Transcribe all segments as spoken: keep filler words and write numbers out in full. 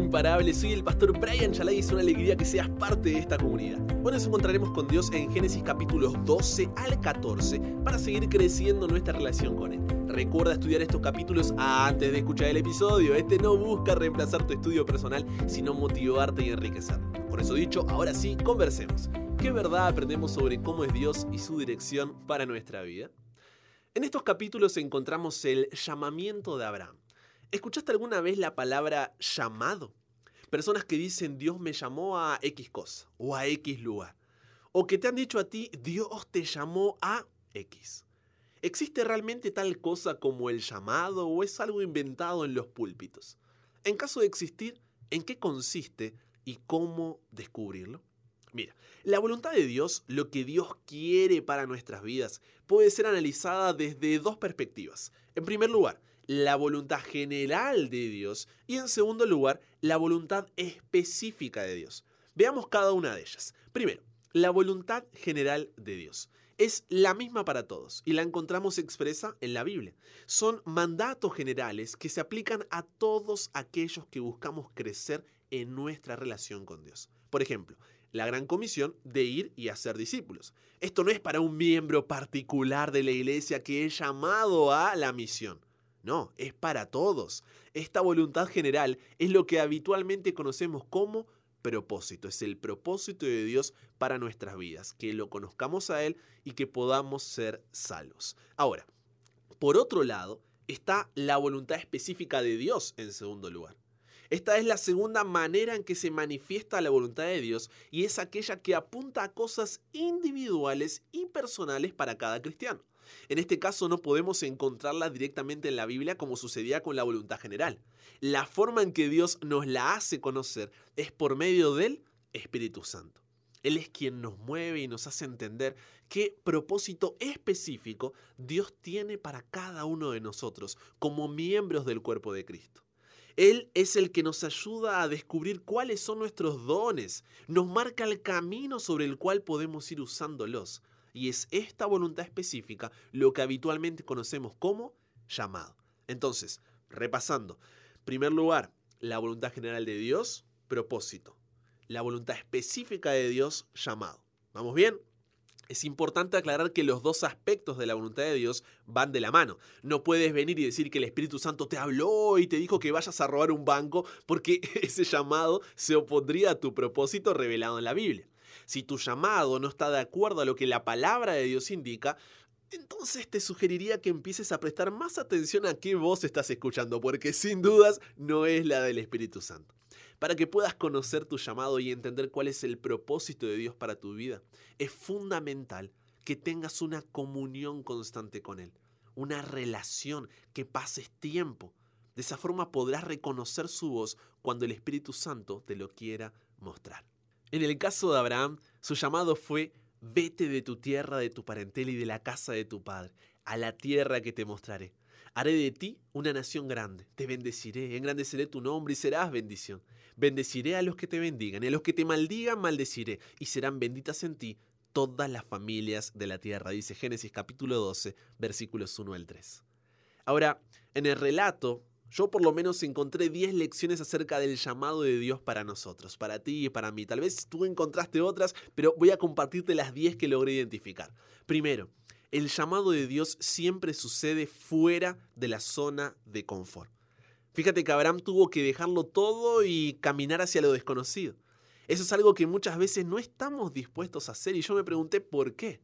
imparables, soy el pastor Brian Chalai y es una alegría que seas parte de esta comunidad. Hoy nos encontraremos con Dios en Génesis capítulos doce al catorce para seguir creciendo nuestra relación con Él. Recuerda estudiar estos capítulos antes de escuchar el episodio. Este no busca reemplazar tu estudio personal, sino motivarte y enriquecerte. Por eso dicho, ahora sí, conversemos. ¿Qué verdad aprendemos sobre cómo es Dios y su dirección para nuestra vida? En estos capítulos encontramos el llamamiento de Abraham. ¿Escuchaste alguna vez la palabra llamado? Personas que dicen Dios me llamó a X cosa o a X lugar. O que te han dicho a ti Dios te llamó a X. ¿Existe realmente tal cosa como el llamado o es algo inventado en los púlpitos? En caso de existir, ¿en qué consiste y cómo descubrirlo? Mira, la voluntad de Dios, lo que Dios quiere para nuestras vidas, puede ser analizada desde dos perspectivas. En primer lugar, la voluntad general de Dios y en segundo lugar, la voluntad específica de Dios. Veamos cada una de ellas. Primero, la voluntad general de Dios. Es la misma para todos y la encontramos expresa en la Biblia. Son mandatos generales que se aplican a todos aquellos que buscamos crecer en nuestra relación con Dios. Por ejemplo, la gran comisión de ir y hacer discípulos. Esto no es para un miembro particular de la iglesia que es llamado a la misión. No, es para todos. Esta voluntad general es lo que habitualmente conocemos como propósito. Es el propósito de Dios para nuestras vidas, que lo conozcamos a Él y que podamos ser salvos. Ahora, por otro lado, está la voluntad específica de Dios en segundo lugar. Esta es la segunda manera en que se manifiesta la voluntad de Dios y es aquella que apunta a cosas individuales y personales para cada cristiano. En este caso no podemos encontrarla directamente en la Biblia como sucedía con la voluntad general. La forma en que Dios nos la hace conocer es por medio del Espíritu Santo. Él es quien nos mueve y nos hace entender qué propósito específico Dios tiene para cada uno de nosotros como miembros del cuerpo de Cristo. Él es el que nos ayuda a descubrir cuáles son nuestros dones, nos marca el camino sobre el cual podemos ir usándolos. Y es esta voluntad específica lo que habitualmente conocemos como llamado. Entonces, repasando. En primer lugar, la voluntad general de Dios, propósito. La voluntad específica de Dios, llamado. ¿Vamos bien? Es importante aclarar que los dos aspectos de la voluntad de Dios van de la mano. No puedes venir y decir que el Espíritu Santo te habló y te dijo que vayas a robar un banco porque ese llamado se opondría a tu propósito revelado en la Biblia. Si tu llamado no está de acuerdo a lo que la palabra de Dios indica, entonces te sugeriría que empieces a prestar más atención a qué voz estás escuchando, porque sin dudas no es la del Espíritu Santo. Para que puedas conocer tu llamado y entender cuál es el propósito de Dios para tu vida, es fundamental que tengas una comunión constante con Él, una relación, que pases tiempo. De esa forma podrás reconocer su voz cuando el Espíritu Santo te lo quiera mostrar. En el caso de Abraham, su llamado fue: vete de tu tierra, de tu parentela y de la casa de tu padre, a la tierra que te mostraré. Haré de ti una nación grande, te bendeciré, engrandeceré tu nombre y serás bendición. Bendeciré a los que te bendigan y a los que te maldigan maldeciré, y serán benditas en ti todas las familias de la tierra, dice Génesis capítulo doce, versículos uno al tres. Ahora, en el relato, yo por lo menos encontré diez lecciones acerca del llamado de Dios para nosotros, para ti y para mí. Tal vez tú encontraste otras, pero voy a compartirte las diez que logré identificar. Primero, el llamado de Dios siempre sucede fuera de la zona de confort. Fíjate que Abraham tuvo que dejarlo todo y caminar hacia lo desconocido. Eso es algo que muchas veces no estamos dispuestos a hacer y yo me pregunté ¿por qué?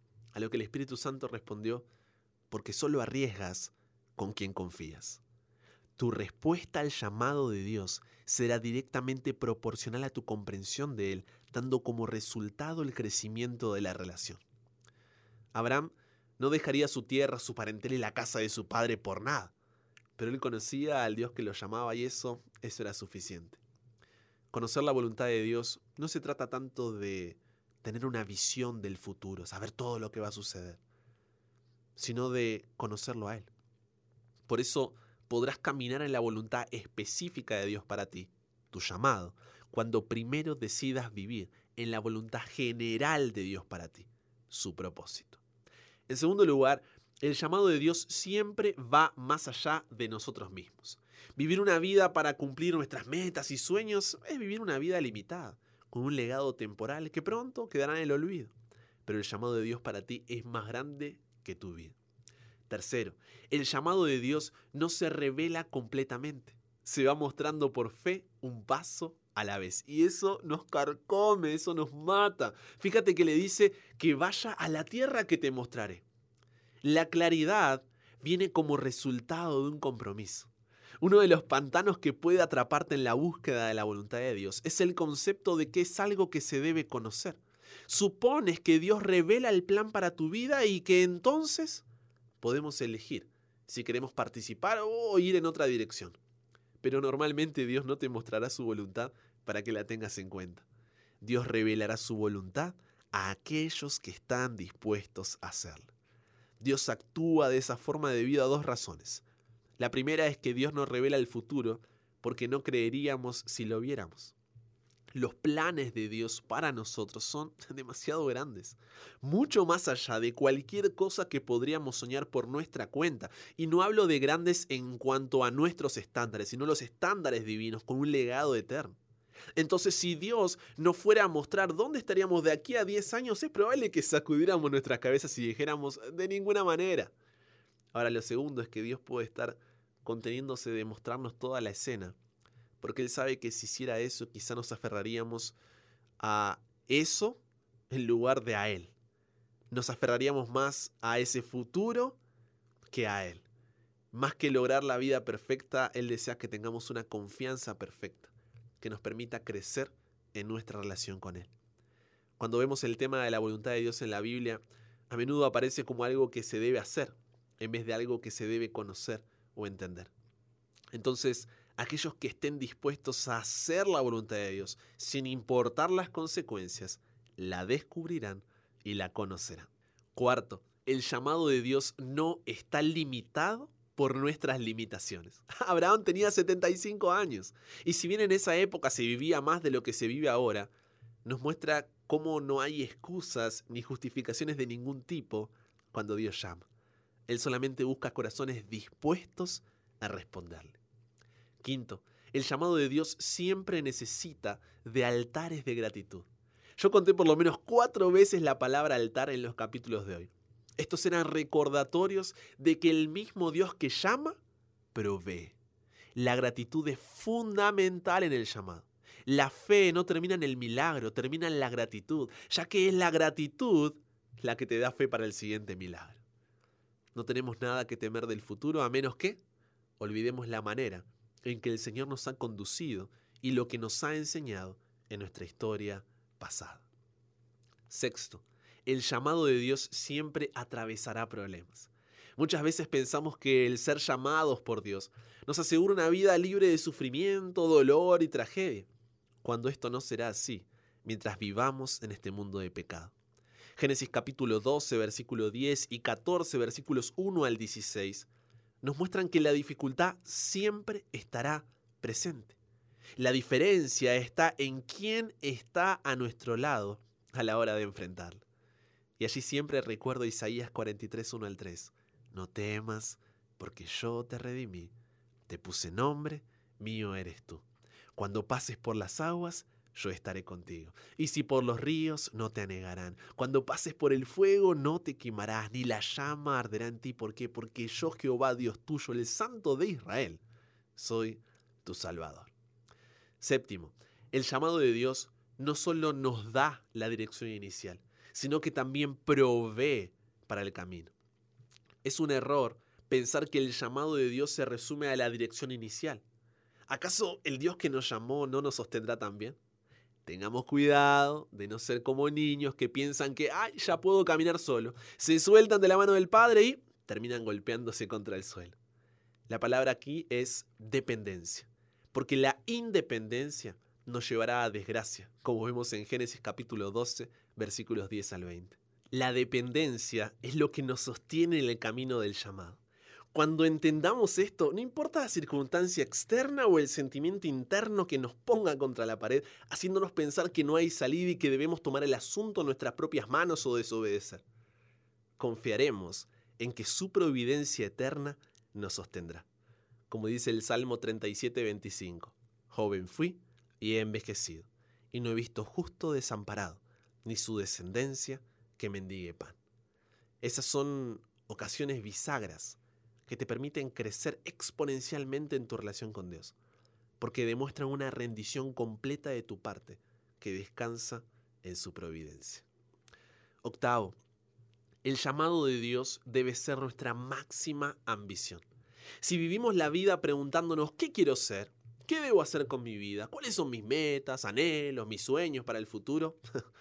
A lo que el Espíritu Santo respondió: porque solo arriesgas con quien confías. Tu respuesta al llamado de Dios será directamente proporcional a tu comprensión de Él, dando como resultado el crecimiento de la relación. Abraham no dejaría su tierra, su parentela y la casa de su padre por nada, pero él conocía al Dios que lo llamaba y eso, eso era suficiente. Conocer la voluntad de Dios no se trata tanto de tener una visión del futuro, saber todo lo que va a suceder, sino de conocerlo a Él. Por eso podrás caminar en la voluntad específica de Dios para ti, tu llamado, cuando primero decidas vivir en la voluntad general de Dios para ti, su propósito. En segundo lugar, El llamado de Dios siempre va más allá de nosotros mismos. Vivir una vida para cumplir nuestras metas y sueños es vivir una vida limitada, con un legado temporal que pronto quedará en el olvido. Pero el llamado de Dios para ti es más grande que tu vida. Tercero, el llamado de Dios no se revela completamente. Se va mostrando por fe un paso a la vez. Y eso nos carcome, eso nos mata. Fíjate que le dice que vaya a la tierra que te mostraré. La claridad viene como resultado de un compromiso. Uno de los pantanos que puede atraparte en la búsqueda de la voluntad de Dios es el concepto de que es algo que se debe conocer. Supones que Dios revela el plan para tu vida y que entonces podemos elegir si queremos participar o ir en otra dirección. Pero normalmente Dios no te mostrará su voluntad para que la tengas en cuenta. Dios revelará su voluntad a aquellos que están dispuestos a hacerlo. Dios actúa de esa forma debido a dos razones. La primera es que Dios nos revela el futuro porque no creeríamos si lo viéramos. Los planes de Dios para nosotros son demasiado grandes, mucho más allá de cualquier cosa que podríamos soñar por nuestra cuenta. Y no hablo de grandes en cuanto a nuestros estándares, sino los estándares divinos con un legado eterno. Entonces, si Dios nos fuera a mostrar dónde estaríamos de aquí a diez años, es probable que sacudiéramos nuestras cabezas y dijéramos de ninguna manera. Ahora, lo segundo es que Dios puede estar conteniéndose de mostrarnos toda la escena, porque Él sabe que si hiciera eso, quizá nos aferraríamos a eso en lugar de a Él. Nos aferraríamos más a ese futuro que a Él. Más que lograr la vida perfecta, Él desea que tengamos una confianza perfecta, que nos permita crecer en nuestra relación con Él. Cuando vemos el tema de la voluntad de Dios en la Biblia, a menudo aparece como algo que se debe hacer, en vez de algo que se debe conocer o entender. Entonces, aquellos que estén dispuestos a hacer la voluntad de Dios, sin importar las consecuencias, la descubrirán y la conocerán. Cuarto, el llamado de Dios no está limitado por nuestras limitaciones. Abraham tenía setenta y cinco años, y si bien en esa época se vivía más de lo que se vive ahora, nos muestra cómo no hay excusas ni justificaciones de ningún tipo cuando Dios llama. Él solamente busca corazones dispuestos a responderle. Quinto, el llamado de Dios siempre necesita de altares de gratitud. Yo conté por lo menos cuatro veces la palabra altar en los capítulos de hoy. Estos eran recordatorios de que el mismo Dios que llama, provee. La gratitud es fundamental en el llamado. La fe no termina en el milagro, termina en la gratitud, ya que es la gratitud la que te da fe para el siguiente milagro. No tenemos nada que temer del futuro a menos que olvidemos la manera en que el Señor nos ha conducido y lo que nos ha enseñado en nuestra historia pasada. Sexto, el llamado de Dios siempre atravesará problemas. Muchas veces pensamos que el ser llamados por Dios nos asegura una vida libre de sufrimiento, dolor y tragedia, cuando esto no será así mientras vivamos en este mundo de pecado. Génesis capítulo doce, versículo diez y catorce, versículos uno al dieciséis, nos muestran que la dificultad siempre estará presente. La diferencia está en quién está a nuestro lado a la hora de enfrentarla. Y allí siempre recuerdo Isaías cuarenta y tres, uno al tres. No temas, porque yo te redimí. Te puse nombre, mío eres tú. Cuando pases por las aguas, yo estaré contigo. Y si por los ríos, no te anegarán. Cuando pases por el fuego, no te quemarás, ni la llama arderá en ti. ¿Por qué? Porque yo, Jehová, Dios tuyo, el Santo de Israel, soy tu Salvador. Séptimo, el llamado de Dios no solo nos da la dirección inicial, sino que también provee para el camino. Es un error pensar que el llamado de Dios se resume a la dirección inicial. ¿Acaso el Dios que nos llamó no nos sostendrá también? Tengamos cuidado de no ser como niños que piensan que ¡ay, ya puedo caminar solo! Se sueltan de la mano del Padre y terminan golpeándose contra el suelo. La palabra aquí es dependencia, porque la independencia nos llevará a desgracia, como vemos en Génesis capítulo doce, versículos diez al veinte. La dependencia es lo que nos sostiene en el camino del llamado. Cuando entendamos esto, no importa la circunstancia externa o el sentimiento interno que nos ponga contra la pared, haciéndonos pensar que no hay salida y que debemos tomar el asunto en nuestras propias manos o desobedecer. Confiaremos en que su providencia eterna nos sostendrá. Como dice el Salmo treinta y siete, veinticinco. Joven fui y he envejecido, y no he visto justo desamparado, ni su descendencia que mendigue pan. Esas son ocasiones bisagras que te permiten crecer exponencialmente en tu relación con Dios, porque demuestran una rendición completa de tu parte que descansa en su providencia. Octavo, el llamado de Dios debe ser nuestra máxima ambición. Si vivimos la vida preguntándonos ¿qué quiero ser? ¿Qué debo hacer con mi vida? ¿Cuáles son mis metas, anhelos, mis sueños para el futuro?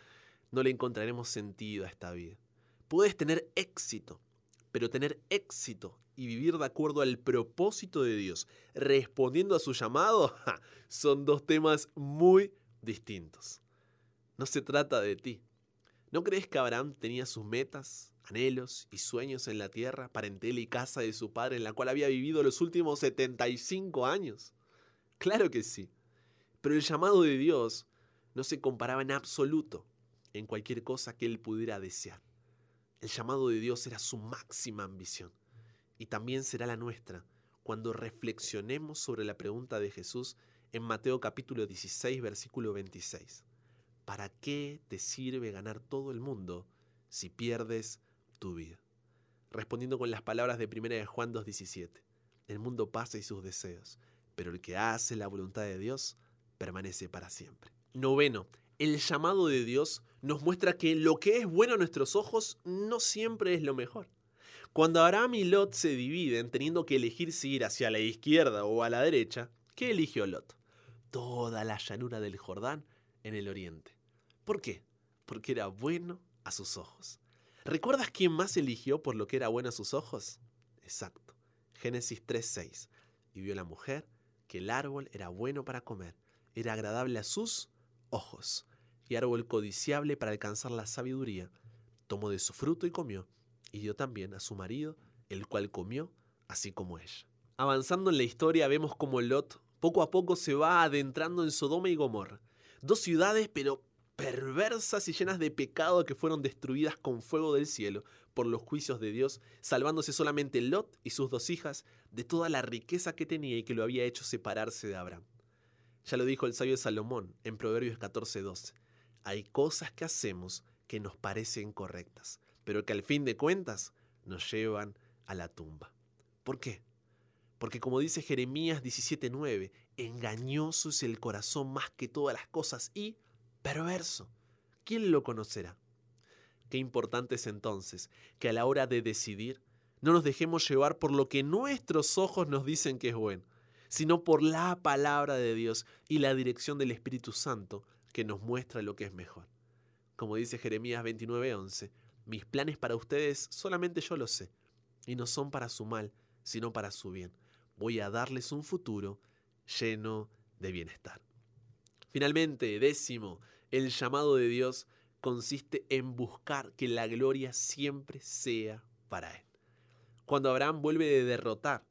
No le encontraremos sentido a esta vida. Puedes tener éxito, pero tener éxito y vivir de acuerdo al propósito de Dios, respondiendo a su llamado, son dos temas muy distintos. No se trata de ti. ¿No crees que Abraham tenía sus metas, anhelos y sueños en la tierra, parentela y casa de su padre, en la cual había vivido los últimos setenta y cinco años? Claro que sí. Pero el llamado de Dios no se comparaba en absoluto en cualquier cosa que él pudiera desear. El llamado de Dios era su máxima ambición. Y también será la nuestra cuando reflexionemos sobre la pregunta de Jesús en Mateo capítulo dieciséis, versículo veintiséis. ¿Para qué te sirve ganar todo el mundo si pierdes tu vida? Respondiendo con las palabras de primera de Juan dos diecisiete. El mundo pasa y sus deseos, pero el que hace la voluntad de Dios permanece para siempre. Noveno, el llamado de Dios nos muestra que lo que es bueno a nuestros ojos no siempre es lo mejor. Cuando Abraham y Lot se dividen teniendo que elegir si ir hacia la izquierda o a la derecha, ¿qué eligió Lot? Toda la llanura del Jordán en el oriente. ¿Por qué? Porque era bueno a sus ojos. ¿Recuerdas quién más eligió por lo que era bueno a sus ojos? Exacto. Génesis tres seis. Y vio la mujer que el árbol era bueno para comer, era agradable a sus ojos, y árbol codiciable para alcanzar la sabiduría. Tomó de su fruto y comió, y dio también a su marido, el cual comió, así como ella. Avanzando en la historia vemos cómo Lot poco a poco se va adentrando en Sodoma y Gomorra. Dos ciudades pero perversas y llenas de pecado que fueron destruidas con fuego del cielo por los juicios de Dios, salvándose solamente Lot y sus dos hijas de toda la riqueza que tenía y que lo había hecho separarse de Abraham. Ya lo dijo el sabio Salomón en Proverbios catorce doce. Hay cosas que hacemos que nos parecen correctas, pero que al fin de cuentas nos llevan a la tumba. ¿Por qué? Porque como dice Jeremías diecisiete nueve, engañoso es el corazón más que todas las cosas y perverso. ¿Quién lo conocerá? Qué importante es entonces que a la hora de decidir no nos dejemos llevar por lo que nuestros ojos nos dicen que es bueno, sino por la palabra de Dios y la dirección del Espíritu Santo que nos muestra lo que es mejor. Como dice Jeremías veintinueve once, mis planes para ustedes solamente yo los sé, y no son para su mal, sino para su bien. Voy a darles un futuro lleno de bienestar. Finalmente, décimo, el llamado de Dios consiste en buscar que la gloria siempre sea para Él. Cuando Abraham vuelve de derrotar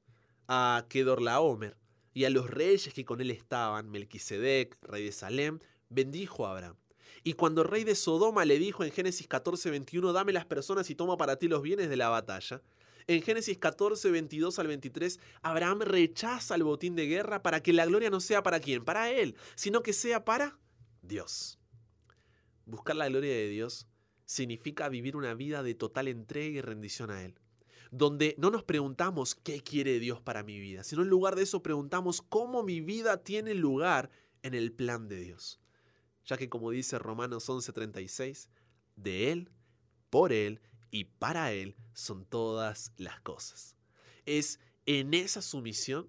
a Kedorlaomer y a los reyes que con él estaban, Melquisedec, rey de Salem, bendijo a Abraham. Y cuando el rey de Sodoma le dijo en Génesis catorce veintiuno, dame las personas y toma para ti los bienes de la batalla, en Génesis catorce veintidós al veintitrés, Abraham rechaza el botín de guerra para que la gloria no sea para quién, para él, sino que sea para Dios. Buscar la gloria de Dios significa vivir una vida de total entrega y rendición a Él, donde no nos preguntamos qué quiere Dios para mi vida, sino en lugar de eso preguntamos cómo mi vida tiene lugar en el plan de Dios. Ya que como dice Romanos once treinta y seis, de Él, por Él y para Él son todas las cosas. Es en esa sumisión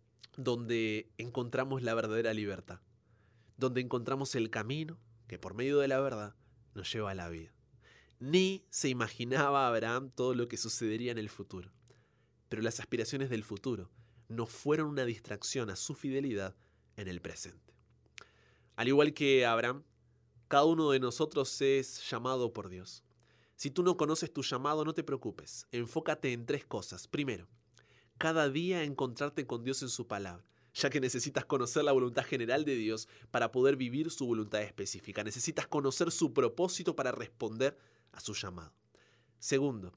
donde encontramos la verdadera libertad, donde encontramos el camino que por medio de la verdad nos lleva a la vida. Ni se imaginaba Abraham todo lo que sucedería en el futuro, pero las aspiraciones del futuro no fueron una distracción a su fidelidad en el presente. Al igual que Abraham, cada uno de nosotros es llamado por Dios. Si tú no conoces tu llamado, no te preocupes. Enfócate en tres cosas. Primero, cada día encontrarte con Dios en su palabra, ya que necesitas conocer la voluntad general de Dios para poder vivir su voluntad específica. Necesitas conocer su propósito para responder a su llamado. Segundo,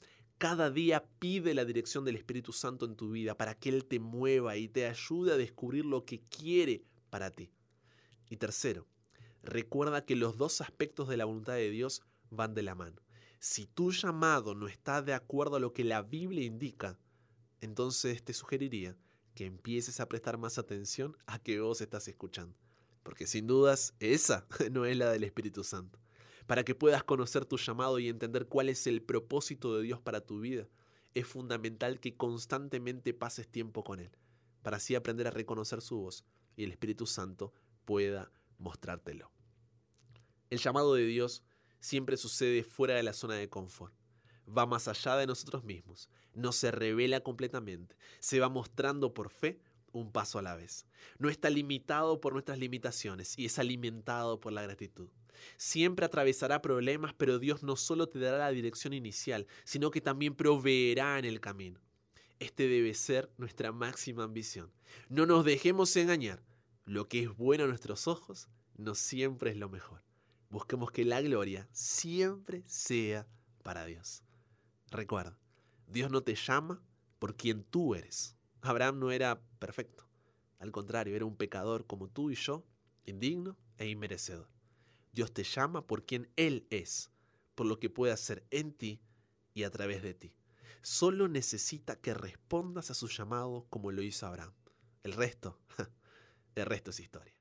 Cada día pide la dirección del Espíritu Santo en tu vida para que Él te mueva y te ayude a descubrir lo que quiere para ti. Y tercero, recuerda que los dos aspectos de la voluntad de Dios van de la mano. Si tu llamado no está de acuerdo a lo que la Biblia indica, entonces te sugeriría que empieces a prestar más atención a qué voz estás escuchando. Porque sin dudas, esa no es la del Espíritu Santo. Para que puedas conocer tu llamado y entender cuál es el propósito de Dios para tu vida, es fundamental que constantemente pases tiempo con Él, para así aprender a reconocer su voz y el Espíritu Santo pueda mostrártelo. El llamado de Dios siempre sucede fuera de la zona de confort. Va más allá de nosotros mismos, no se revela completamente, se va mostrando por fe un paso a la vez. No está limitado por nuestras limitaciones y es alimentado por la gratitud. Siempre atravesará problemas, pero Dios no solo te dará la dirección inicial, sino que también proveerá en el camino. Este debe ser nuestra máxima ambición. No nos dejemos engañar. Lo que es bueno a nuestros ojos no siempre es lo mejor. Busquemos que la gloria siempre sea para Dios. Recuerda, Dios no te llama por quien tú eres. Abraham no era perfecto. Al contrario, era un pecador como tú y yo, indigno e inmerecedor. Dios te llama por quien Él es, por lo que puede hacer en ti y a través de ti. Solo necesita que respondas a su llamado como lo hizo Abraham. El resto, el resto es historia.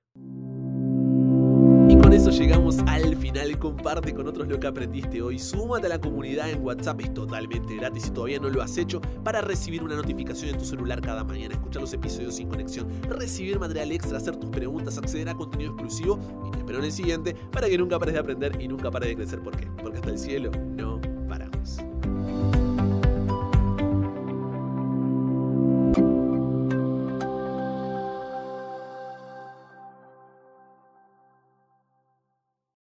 Con eso llegamos al final. Comparte con otros lo que aprendiste hoy. Súmate a la comunidad en WhatsApp, es totalmente gratis si todavía no lo has hecho, para recibir una notificación en tu celular cada mañana, escuchar los episodios sin conexión, recibir material extra, hacer tus preguntas, acceder a contenido exclusivo y te espero en el siguiente para que nunca pares de aprender y nunca pares de crecer. ¿Por qué? Porque hasta el cielo no